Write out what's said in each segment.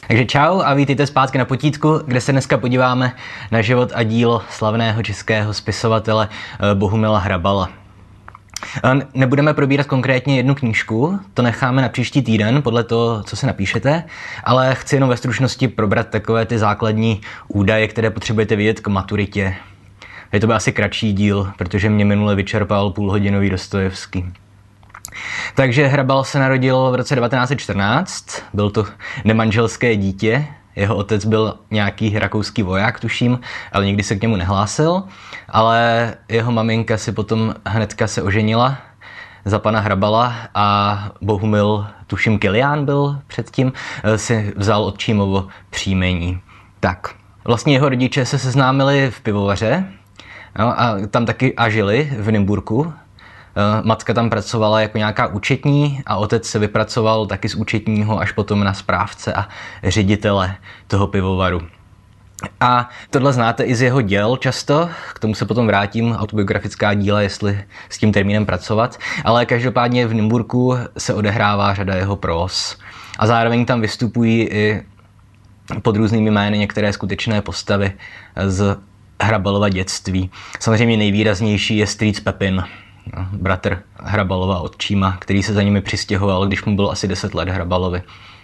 Takže čau a vítejte zpátky na Potítku, kde se dneska podíváme na život a dílo slavného českého spisovatele Bohumila Hrabala. Nebudeme probírat konkrétně jednu knížku, to necháme na příští týden podle toho, co se napíšete, ale chci jenom ve stručnosti probrat takové ty základní údaje, které potřebujete vědět k maturitě. Je to byl asi kratší díl, protože mě minule vyčerpal půlhodinový Dostojevský. Takže Hrabal se narodil v roce 1914, byl to nemanželské dítě, jeho otec byl nějaký rakouský voják, tuším, ale nikdy se k němu nehlásil, ale jeho maminka si potom hnedka se oženila za pana Hrabala a Bohumil, tuším Kilián byl předtím, si vzal otčímovo příjmení. Tak, vlastně jeho rodiče se seznámili v pivovaře, no, a tam taky a žili v Nymburku. Matka tam pracovala jako nějaká účetní a otec se vypracoval taky z účetního až potom na správce a ředitele toho pivovaru. A tohle znáte i z jeho děl často, k tomu se potom vrátím, autobiografická díla, jestli s tím termínem pracovat, ale každopádně v Nymburku se odehrává řada jeho próz. A zároveň tam vystupují i pod různými jmény některé skutečné postavy z Hrabalova dětství. Samozřejmě nejvýraznější je strýc Pepin, bratr Hrabalova otčíma, který se za nimi přistěhoval, když mu bylo asi 10 let Hrabalovi.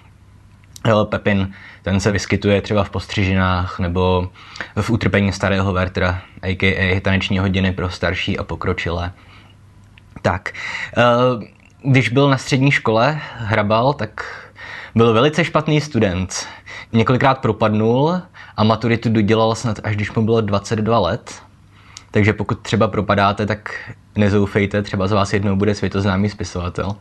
Pepin, ten se vyskytuje třeba v Postřižinách nebo v Utrpení starého Wertera, a.k.a. taneční hodiny pro starší a pokročilé. Tak, když byl na střední škole Hrabal, tak byl velice špatný student. Několikrát propadnul a maturitu dodělal snad až když mu bylo 22 let. Takže pokud třeba propadáte, tak nezoufejte, třeba z vás jednou bude světoznámý spisovatel.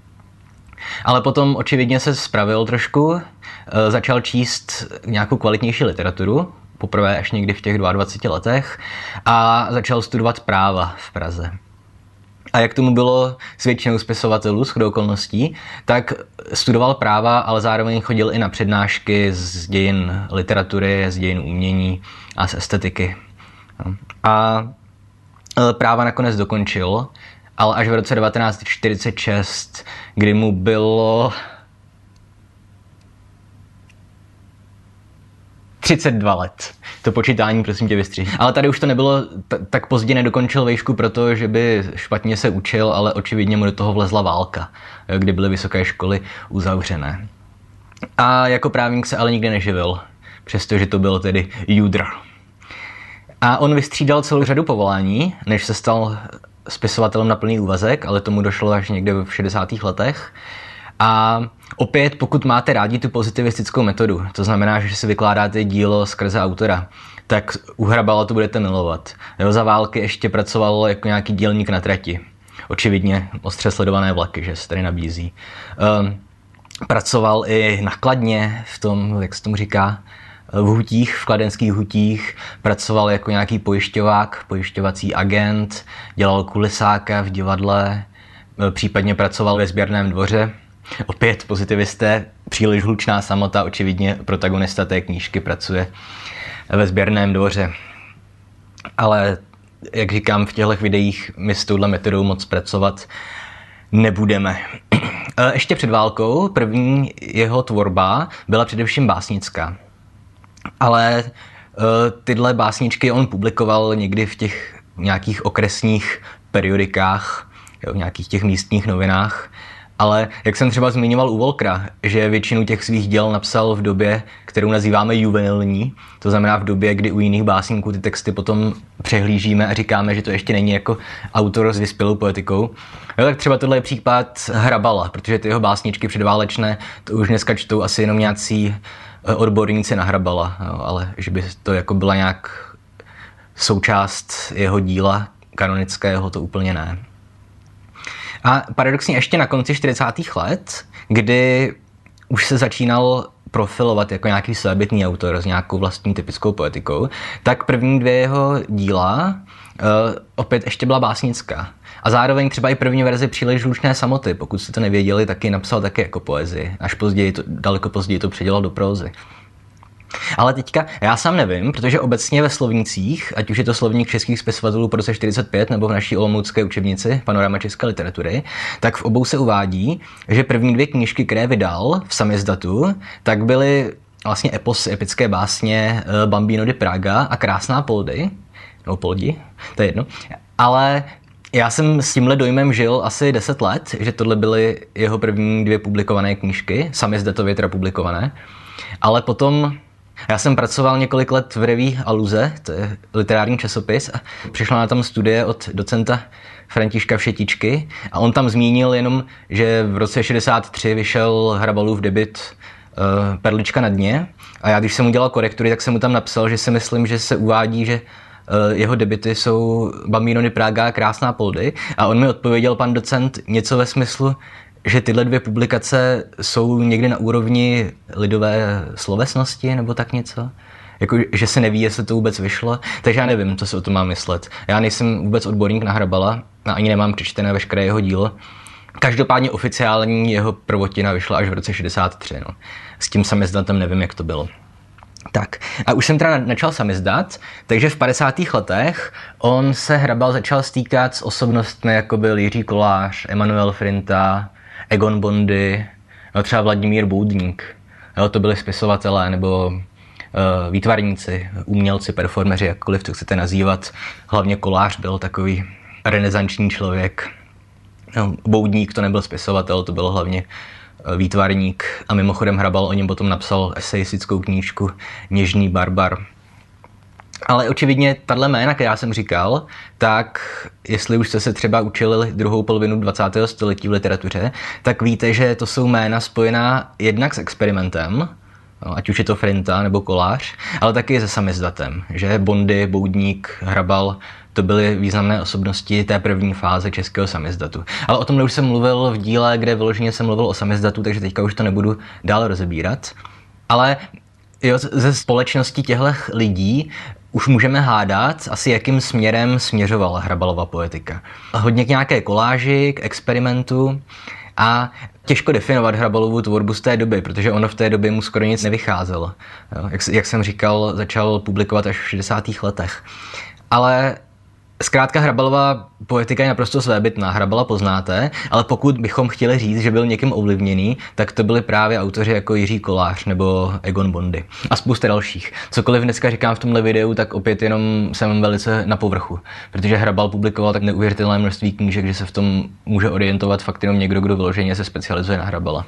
Ale potom očividně se spravil trošku, začal číst nějakou kvalitnější literaturu, poprvé až někdy v těch 22 letech, a začal studovat práva v Praze. A jak tomu bylo s většinou spisovatelů shodou okolností, tak studoval práva, ale zároveň chodil i na přednášky z dějin literatury, z dějin umění a z estetiky. A práva nakonec dokončil, ale až v roce 1946, kdy mu bylo 32 let. To počítání, prosím tě, vystřih. Ale tady už to nebylo, tak pozdě nedokončil vejšku proto, že by špatně se učil, ale očividně mu do toho vlezla válka, kdy byly vysoké školy uzavřené. A jako právník se ale nikdy neživil, přestože to byl tedy judr. A on vystřídal celou řadu povolání, než se stal spisovatelem na plný úvazek, ale tomu došlo až někde v 60. letech. A opět, pokud máte rádi tu pozitivistickou metodu, to znamená, že si vykládáte dílo skrze autora, tak u Hrabala to budete milovat. Za války ještě pracoval jako nějaký dělník na trati. Očividně ostře sledované vlaky, že se tady nabízí. Pracoval i nakladně v tom, jak se tomu říká, v hutích, v kladenských hutích, pracoval jako nějaký pojišťovák, pojišťovací agent, dělal kulisáka v divadle, případně pracoval ve sběrném dvoře. Opět pozitivisté, příliš hlučná samota, očividně protagonista té knížky pracuje ve sběrném dvoře. Ale jak říkám, v těchto videích my s touhle metodou moc pracovat nebudeme. Ještě před válkou první jeho tvorba byla především básnická. Ale tyhle básničky on publikoval někdy v těch nějakých okresních periodikách, v nějakých těch místních novinách. Ale jak jsem třeba zmiňoval u Volkra, že většinu těch svých děl napsal v době, kterou nazýváme juvenilní, to znamená v době, kdy u jiných básníků ty texty potom přehlížíme a říkáme, že to ještě není jako autor s vyspělou poetikou. No, tak třeba tohle je případ Hrabala, protože ty jeho básničky předválečné to už dneska čtou asi jenom nějací odborníci na Hrabala, jo, ale že by to jako byla nějak součást jeho díla kanonického, to úplně ne. A paradoxně ještě na konci 40. let, kdy už se začínal profilovat jako nějaký svébytný autor s nějakou vlastní typickou poetikou, tak první dvě jeho díla opět ještě byla básnická. A zároveň třeba i první verzi Příliš hlučné samoty, pokud jste to nevěděli, taky napsal taky jako poezii. Až později daleko později to předělal do prózy. Ale teďka já sám nevím, protože obecně ve slovnících, ať už je to slovník českých spisovatelů po roce 45 nebo v naší olomoucké učebnici Panorama české literatury, tak v obou se uvádí, že první dvě knížky, které vydal v samizdatu, tak byly vlastně eposy, epické básně Bambino di Praga a Krásná Poldi, nebo Poldi, to je jedno, ale já jsem s tímhle dojmem žil asi 10 let, že tohle byly jeho první 2 publikované knížky, samizdatově teda publikované, ale potom já jsem pracoval několik let v reví Aluze, to je literární časopis, a přišla na tam studie od docenta Františka Všetičky a on tam zmínil jenom, že v roce 63 vyšel Hrabalův debut Perlička na dně a já když jsem udělal korektury, tak jsem mu tam napsal, že si myslím, že se uvádí, že jeho debuty jsou Bambino di Praga a Krásná Poldi a on mi odpověděl, pan docent, něco ve smyslu, že tyhle 2 publikace jsou někdy na úrovni lidové slovesnosti nebo tak něco. Jako, že se neví, jestli to vůbec vyšlo, takže já nevím, co si o tom mám myslet. Já nejsem vůbec odborník na Hrabala a ani nemám přečtené veškeré jeho dílo. Každopádně oficiální jeho prvotina vyšla až v roce 63. No. S tím samizdatem nevím, jak to bylo. Tak, a už jsem teda načal samizdat, takže v 50. letech on se Hrabal začal stýkat s osobnostmi, jako byl Jiří Kolář, Emanuel Frinta, Egon Bondy, no třeba Vladimír Boudník. Jo, to byli spisovatelé nebo výtvarníci, umělci, performeři, jakkoliv to chcete nazývat. Hlavně Kolář byl takový renesanční člověk. No, Boudník to nebyl spisovatel, to byl hlavně výtvarník a mimochodem Hrabal o něm potom napsal esejistickou knížku Něžný barbar. Ale očividně tahle jména, která jsem říkal, tak jestli už jste se třeba učili druhou polovinu 20. století v literatuře, tak víte, že to jsou jména spojená jednak s experimentem, ať už je to Frinta nebo Kolář, ale taky se samizdatem, že Bondy, Boudník, Hrabal, to byly významné osobnosti té první fáze českého samizdatu. Ale o tomhle už jsem mluvil v díle, kde vyloženě jsem mluvil o samizdatu, takže teďka už to nebudu dál rozebírat. Ale jo, ze společnosti těchto lidí už můžeme hádat asi, jakým směrem směřovala Hrabalova poetika. Hodně k nějaké koláži, k experimentu a těžko definovat Hrabalovu tvorbu z té doby, protože ono v té době mu skoro nic nevycházelo. Jak jsem říkal, začal publikovat až v 60. letech. Ale zkrátka Hrabalova poetika je naprosto svébytná, Hrabala poznáte, ale pokud bychom chtěli říct, že byl někým ovlivněný, tak to byli právě autoři jako Jiří Kolář nebo Egon Bondy a spousta dalších. Cokoliv dneska říkám v tomhle videu, tak opět jenom jsem velice na povrchu, protože Hrabal publikoval tak neuvěřitelné množství knížek, že se v tom může orientovat fakt jenom někdo, kdo vyloženě se specializuje na Hrabala.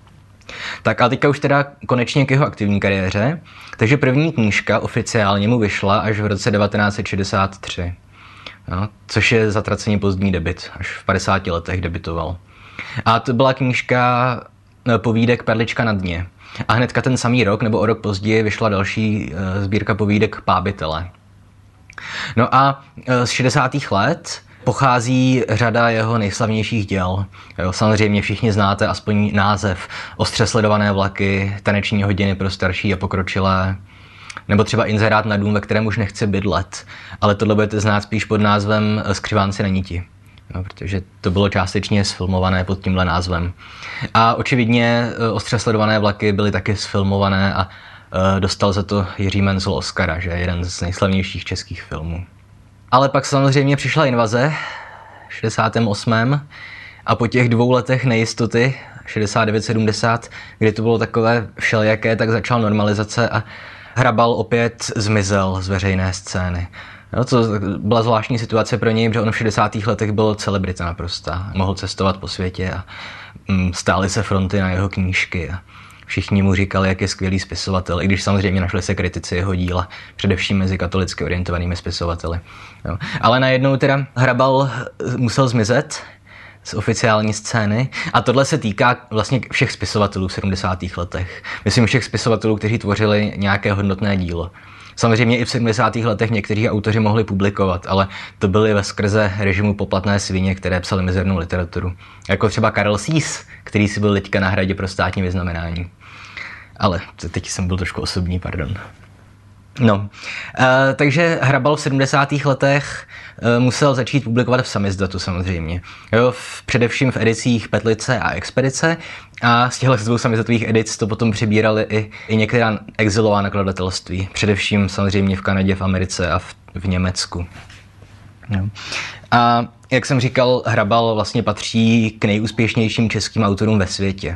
Tak a teďka už teda konečně k jeho aktivní kariéře, takže první knížka oficiálně mu vyšla až v roce 1963. No, což je zatraceně pozdní debut, až v 50 letech debutoval. A to byla knížka povídek Perlička na dně. A hnedka ten samý rok, nebo o rok později, vyšla další sbírka povídek Pábitele. No a z 60. let pochází řada jeho nejslavnějších děl. Jo, samozřejmě všichni znáte aspoň název Ostře sledované vlaky, Taneční hodiny pro starší a pokročilé, nebo třeba Inzerát na dům, ve kterém už nechci bydlet. Ale tohle budete znát spíš pod názvem Skřivánci na niti. No, protože to bylo částečně sfilmované pod tímhle názvem. A očividně Ostře sledované vlaky byly taky sfilmované a dostal za to Jiří Menzel Oscara, že je jeden z nejslavnějších českých filmů. Ale pak samozřejmě přišla invaze v 68. a po těch 2 letech nejistoty, 69-70, kdy to bylo takové všelijaké, tak začala normalizace a Hrabal opět zmizel z veřejné scény. No, to byla zvláštní situace pro něj, protože on v 60. letech byl celebrita naprosta. Mohl cestovat po světě a stály se fronty na jeho knížky. A všichni mu říkali, jak je skvělý spisovatel, i když samozřejmě našli se kritici jeho díla, především mezi katolicky orientovanými spisovateli. No. Ale najednou teda Hrabal musel zmizet z oficiální scény a tohle se týká vlastně všech spisovatelů v 70. letech. Myslím všech spisovatelů, kteří tvořili nějaké hodnotné dílo. Samozřejmě i v 70. letech někteří autoři mohli publikovat, ale to byly veskrze režimu poplatné svině, které psali mizernou literaturu. Jako třeba Karel Sýs, který si byl teďka na Hradě pro státní vyznamenání. Ale teď jsem byl trošku osobní, pardon. No, takže Hrabal v 70. letech musel začít publikovat v samizdatu samozřejmě. Jo, především v edicích Petlice a Expedice a z těchto 2 samizdatových edic to potom přibírali i některá exilová nakladatelství, především samozřejmě v Kanadě, v Americe a v Německu. Jo. A jak jsem říkal, Hrabal vlastně patří k nejúspěšnějším českým autorům ve světě.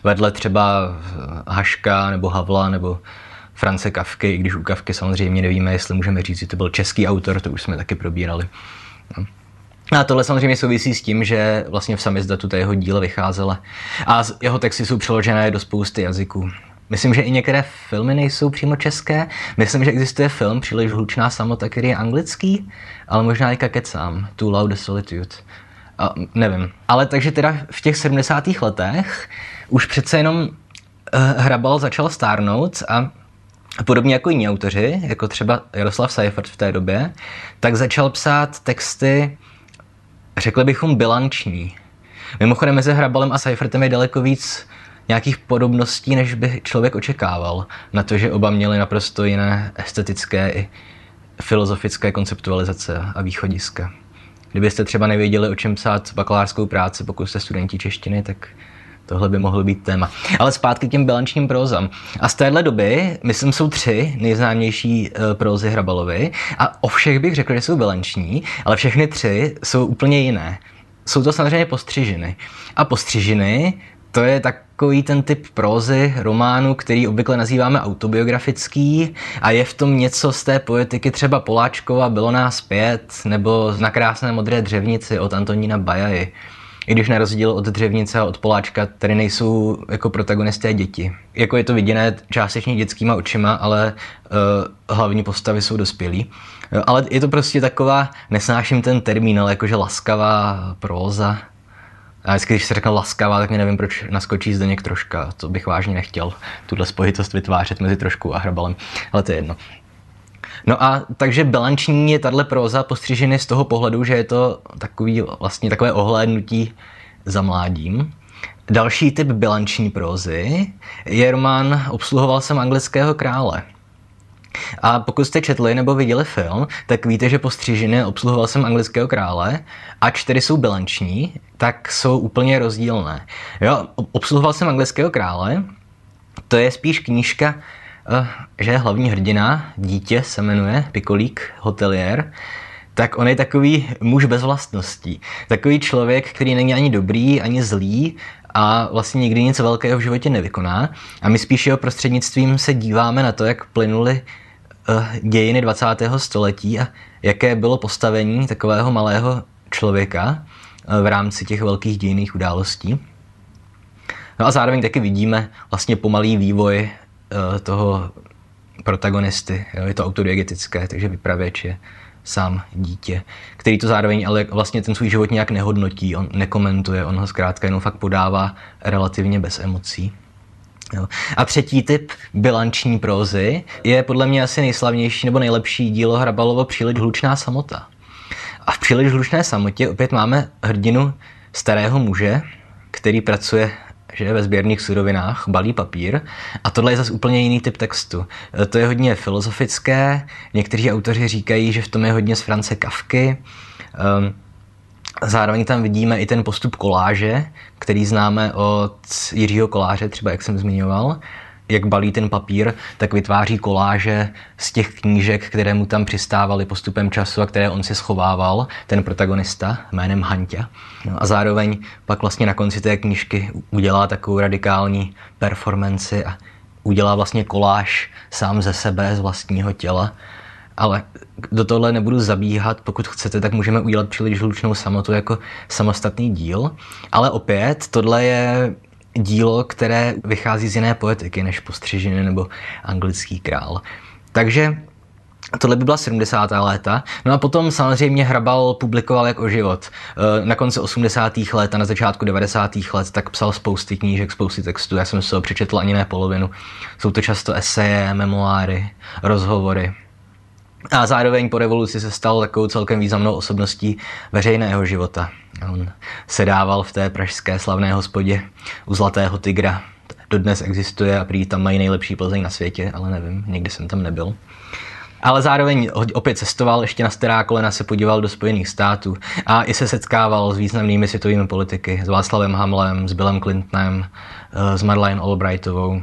vedle třeba Haška nebo Havla nebo France Kafky, i když u Kafky samozřejmě nevíme, jestli můžeme říct, že to byl český autor, to už jsme taky probírali. No. A tohle samozřejmě souvisí s tím, že vlastně v samizdatu ta jeho díla vycházela a jeho texty jsou přeložené do spousty jazyků. Myslím, že i některé filmy nejsou přímo české. Myslím, že existuje film Příliš hlučná samota, který je anglický, ale možná i kecám. Too Loud the Solitude. Nevím. Ale takže teda v těch 70. letech už přece jenom Hrabal začal stárnout a podobně jako jiní autoři, jako třeba Jaroslav Seifert v té době, tak začal psát texty, řekli bychom, bilanční. Mimochodem mezi Hrabalem a Seifertem je daleko víc nějakých podobností, než by člověk očekával, na to, že oba měli naprosto jiné estetické i filozofické konceptualizace a východiska. Kdybyste třeba nevěděli, o čem psát bakalářskou práci, pokud jste studenti češtiny, tak tohle by mohlo být téma. Ale zpátky k těm bilančním prózám. A z téhle doby, myslím, jsou 3 nejznámější prózy Hrabalovy a o všech bych řekl, že jsou bilanční, ale všechny 3 jsou úplně jiné. Jsou to samozřejmě postřižiny. A postřižiny, to je takový ten typ prózy, románu, který obvykle nazýváme autobiografický a je v tom něco z té poetiky třeba Poláčkova Bylo nás 5 nebo Na krásné modré dřevnici od Antonína Bajaji. I když na rozdíl od Dřevnice a od Poláčka tady nejsou jako protagonisté děti. Jako je to viděné částečně dětskýma očima, ale hlavní postavy jsou dospělí. Ale je to prostě taková, nesnáším ten termín, ale jakože laskavá próza. A vždycky, když se řekne laskavá, tak nevím, proč naskočí Zdeněk Troška. To bych vážně nechtěl, tuhle spojitost vytvářet mezi Troškou a Hrabalem. Ale to je jedno. No a takže bilanční je tahle próza postřiženy z toho pohledu, že je to takový, vlastně takové ohlédnutí za mládím. Další typ bilanční prózy je román Obsluhoval jsem anglického krále. A pokud jste četli nebo viděli film, tak víte, že postřižiny Obsluhoval jsem anglického krále, ač tedy jsou bilanční, tak jsou úplně rozdílné. Jo, Obsluhoval jsem anglického krále, to je spíš knížka, že je hlavní hrdina, dítě se jmenuje, pikolík, hotelier, tak on je takový muž bez vlastností. Takový člověk, který není ani dobrý, ani zlý a vlastně nikdy nic velkého v životě nevykoná. A my spíš jeho prostřednictvím se díváme na to, jak plynuly dějiny 20. století a jaké bylo postavení takového malého člověka v rámci těch velkých dějinných událostí. No a zároveň taky vidíme vlastně pomalý vývoj toho protagonisty. Jo, je to autodiegetické, takže vypravěč je sám dítě, který to zároveň ale vlastně ten svůj život nějak nehodnotí, on nekomentuje, on ho zkrátka jenom fakt podává relativně bez emocí. Jo. A třetí typ bilanční prózy je podle mě asi nejslavnější nebo nejlepší dílo Hrabalovo Příliš hlučná samota. A v Příliš hlučné samotě opět máme hrdinu starého muže, který pracuje ve sběrných surovinách, balí papír. A tohle je zase úplně jiný typ textu. To je hodně filozofické, někteří autoři říkají, že v tom je hodně z France Kafky. Zároveň tam vidíme i ten postup koláže, který známe od Jiřího Koláře, třeba jak jsem zmiňoval. Jak balí ten papír, tak vytváří koláže z těch knížek, které mu tam přistávaly postupem času a které on si schovával, ten protagonista jménem Hanťa. No a zároveň pak vlastně na konci té knížky udělá takovou radikální performanci a udělá vlastně koláž sám ze sebe, z vlastního těla. Ale do tohle nebudu zabíhat, pokud chcete, tak můžeme udělat Příliš hlučnou samotu jako samostatný díl. Ale opět, tohle je dílo, které vychází z jiné poetiky než Postřižiny nebo Anglický král. Takže tohle by byla 70. léta. No a potom samozřejmě Hrabal publikoval jak o život. Na konci 80. let a na začátku 90. let tak psal spousty knížek, spousty textů. Já jsem se ho přečetl ani ne polovinu. Jsou to často eseje, memoáry, rozhovory. A zároveň po revoluci se stal takovou celkem významnou osobností veřejného života. On sedával v té pražské slavné hospodě u Zlatého tygra. Dodnes existuje a prý tam mají nejlepší Plzeň na světě, ale nevím, nikdy jsem tam nebyl. Ale zároveň opět cestoval, ještě na stará kolena se podíval do Spojených států a i se setkával s významnými světovými politiky, s Václavem Havlem, s Billem Clintonem, s Madeleine Albrightovou.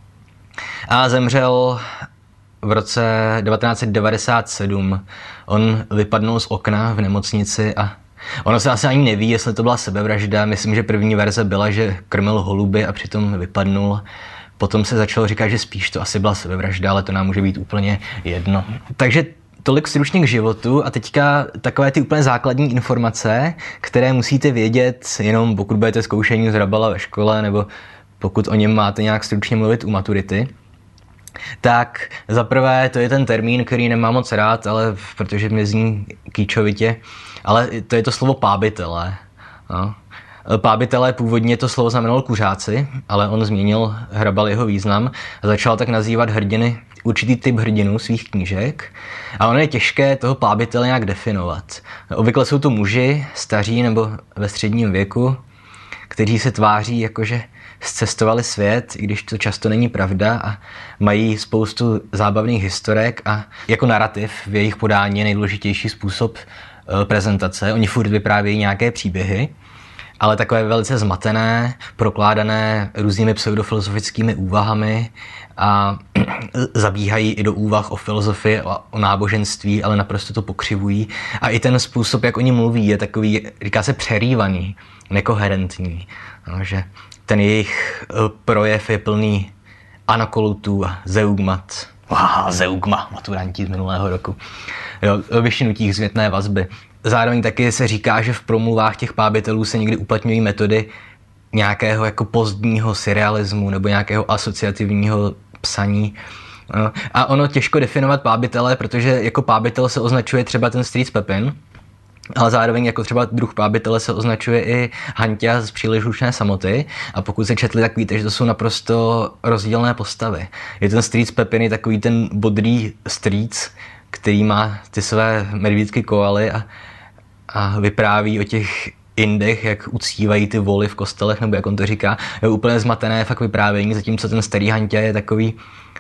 A zemřel v roce 1997. On vypadnul z okna v nemocnici a Ono se asi ani neví, jestli to byla sebevražda. Myslím, že první verze byla, že krmil holuby a přitom vypadnul. Potom se začalo říkat, že spíš to asi byla sebevražda, ale to nám může být úplně jedno. Takže tolik stručně k životu a teďka takové ty úplně základní informace, které musíte vědět jenom pokud budete zkoušení z Hrabala ve škole nebo pokud o něm máte nějak stručně mluvit u maturity. Tak zaprvé to je ten termín, který nemám moc rád, ale protože mě zní kýčovitě, ale to je to slovo pábitelé. No. Pábitelé původně to slovo znamenalo kuřáci, ale on změnil Hrabal jeho význam a začal tak nazývat hrdiny, určitý typ hrdinů svých knížek. A ono je těžké toho pábitele nějak definovat. Obvykle jsou to muži, staří nebo ve středním věku, kteří se tváří jakože zcestovali svět, i když to často není pravda a mají spoustu zábavných historek a jako narrativ v jejich podání je nejdůležitější způsob prezentace. Oni furt vyprávějí nějaké příběhy, ale takové velice zmatené, prokládané různými pseudofilozofickými úvahami a zabíhají i do úvah o filozofii a o náboženství, ale naprosto to pokřivují. A i ten způsob, jak oni mluví, je takový, říká se přerývaný, nekoherentní. No, že ten jejich projev je plný anakolutů a zeugmat. Zeugma, maturanti z minulého roku. Vyšinutí zpětné vazby. Zároveň taky se říká, že v promluvách těch pábitelů se někdy uplatňují metody nějakého jako pozdního surrealismu nebo nějakého asociativního psaní. A ono těžko definovat pábitele, protože jako pábitel se označuje třeba ten Strýc Pepin, ale zároveň jako třeba druh pábitele se označuje i Hanťa z Příliš hlučné samoty a pokud se četli, tak víte, že to jsou naprosto rozdílné postavy. Je ten Strýc Pepin je takový ten bodrý strýc, který má ty své medvídské koaly a vypráví o těch Indech, jak uctívají ty voly v kostelech, nebo jak on to říká. Je úplně zmatené fakt vyprávění, zatímco ten starý Hanťa je takový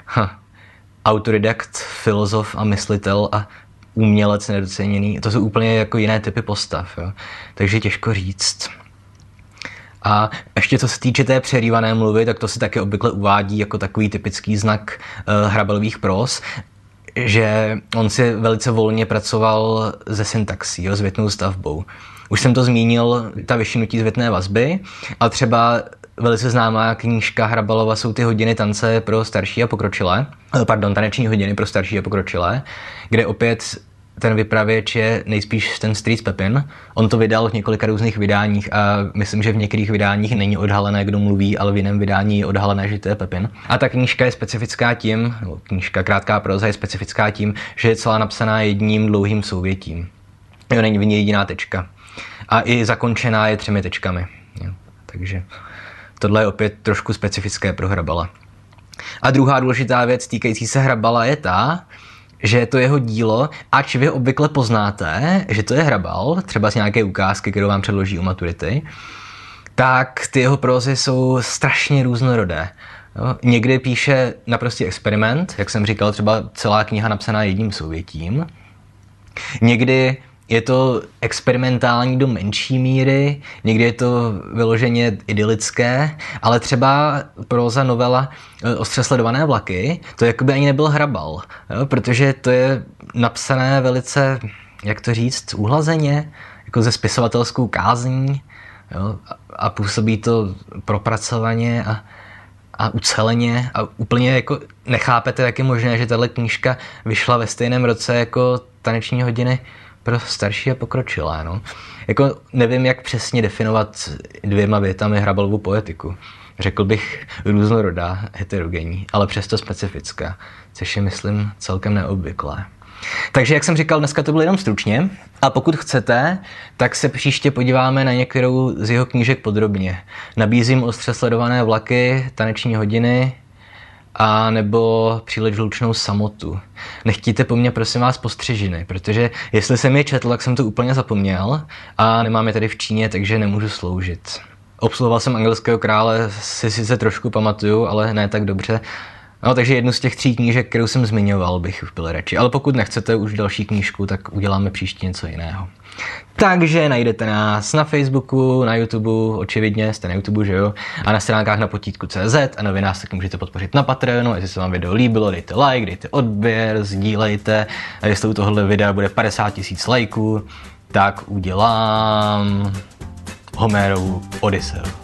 autodidakt, filozof a myslitel a umělec nedoceněný. To jsou úplně jako jiné typy postav. Jo. Takže těžko říct. A ještě co se týče té přerývané mluvy, tak to se taky obvykle uvádí jako takový typický znak Hrabalových pros, že on si velice volně pracoval se syntaxí, s větnou stavbou. Už jsem to zmínil, ta vyšinutí zvětné vazby, a třeba velice známá knížka Hrabalova jsou ty hodiny tance pro starší a pokročilé, taneční hodiny pro starší a pokročilé, kde opět ten vypravěč je nejspíš ten Strýc Pepin. On to vydal v několika různých vydáních a myslím, že v některých vydáních není odhalené, kdo mluví, ale v jiném vydání je odhalené, že to je Pepin. A ta knížka je specifická tím, knížka krátká proza je specifická tím, že je celá napsaná jedním dlouhým souvětím. Jo, není v ní jediná tečka. A i zakončená je 3 tečkami. Jo, takže tohle je opět trošku specifické pro Hrabala. A druhá důležitá věc týkající se Hrabala je ta, že to jeho dílo, ač vy obvykle poznáte, že to je Hrabal, třeba z nějaké ukázky, kterou vám předloží u maturity, tak ty jeho prózy jsou strašně různorodé. Jo? Někdy píše naprostý experiment, jak jsem říkal, třeba celá kniha napsaná jedním souvětím. Někdy je to experimentální do menší míry, někdy je to vyloženě idylické, ale třeba próza novela Ostře sledované vlaky, to jakoby ani nebyl Hrabal, jo? Protože to je napsané velice, jak to říct, uhlazeně, jako ze spisovatelskou kázní, jo? A působí to propracovaně a uceleně a úplně jako nechápete, jak je možné, že tahle knížka vyšla ve stejném roce jako Taneční hodiny pro starší a pokročilé. No. Jako nevím, jak přesně definovat 2 větami Hrabalovu poetiku. Řekl bych různorodá, heterogenní, ale přesto specifická, což je, myslím, celkem neobvyklé. Takže, jak jsem říkal, dneska to bylo jenom stručně a pokud chcete, tak se příště podíváme na některou z jeho knížek podrobně. Nabízím Ostře sledované vlaky, Taneční hodiny, a nebo Příliš hlučnou samotu. Nechtějte po mně, prosím vás, postřežiny, protože jestli jsem je četl, tak jsem to úplně zapomněl a nemám je tady v Číně, takže nemůžu sloužit. Obsluhoval jsem Angelského krále, si sice trošku pamatuju, ale ne tak dobře. No, takže jednu z těch 3 knížek, kterou jsem zmiňoval, bych už byl radši. Ale pokud nechcete už další knížku, tak uděláme příště něco jiného. Takže najdete nás na Facebooku, na YouTube, očividně jste na YouTube, že jo, a na stránkách na potítku.cz a nově nás tak můžete podpořit na Patreonu. Jestli se vám video líbilo, dejte like, dejte odběr, sdílejte. A jestli u tohohle videa bude 50 000 lajků, tak udělám Homerovu Odysseu.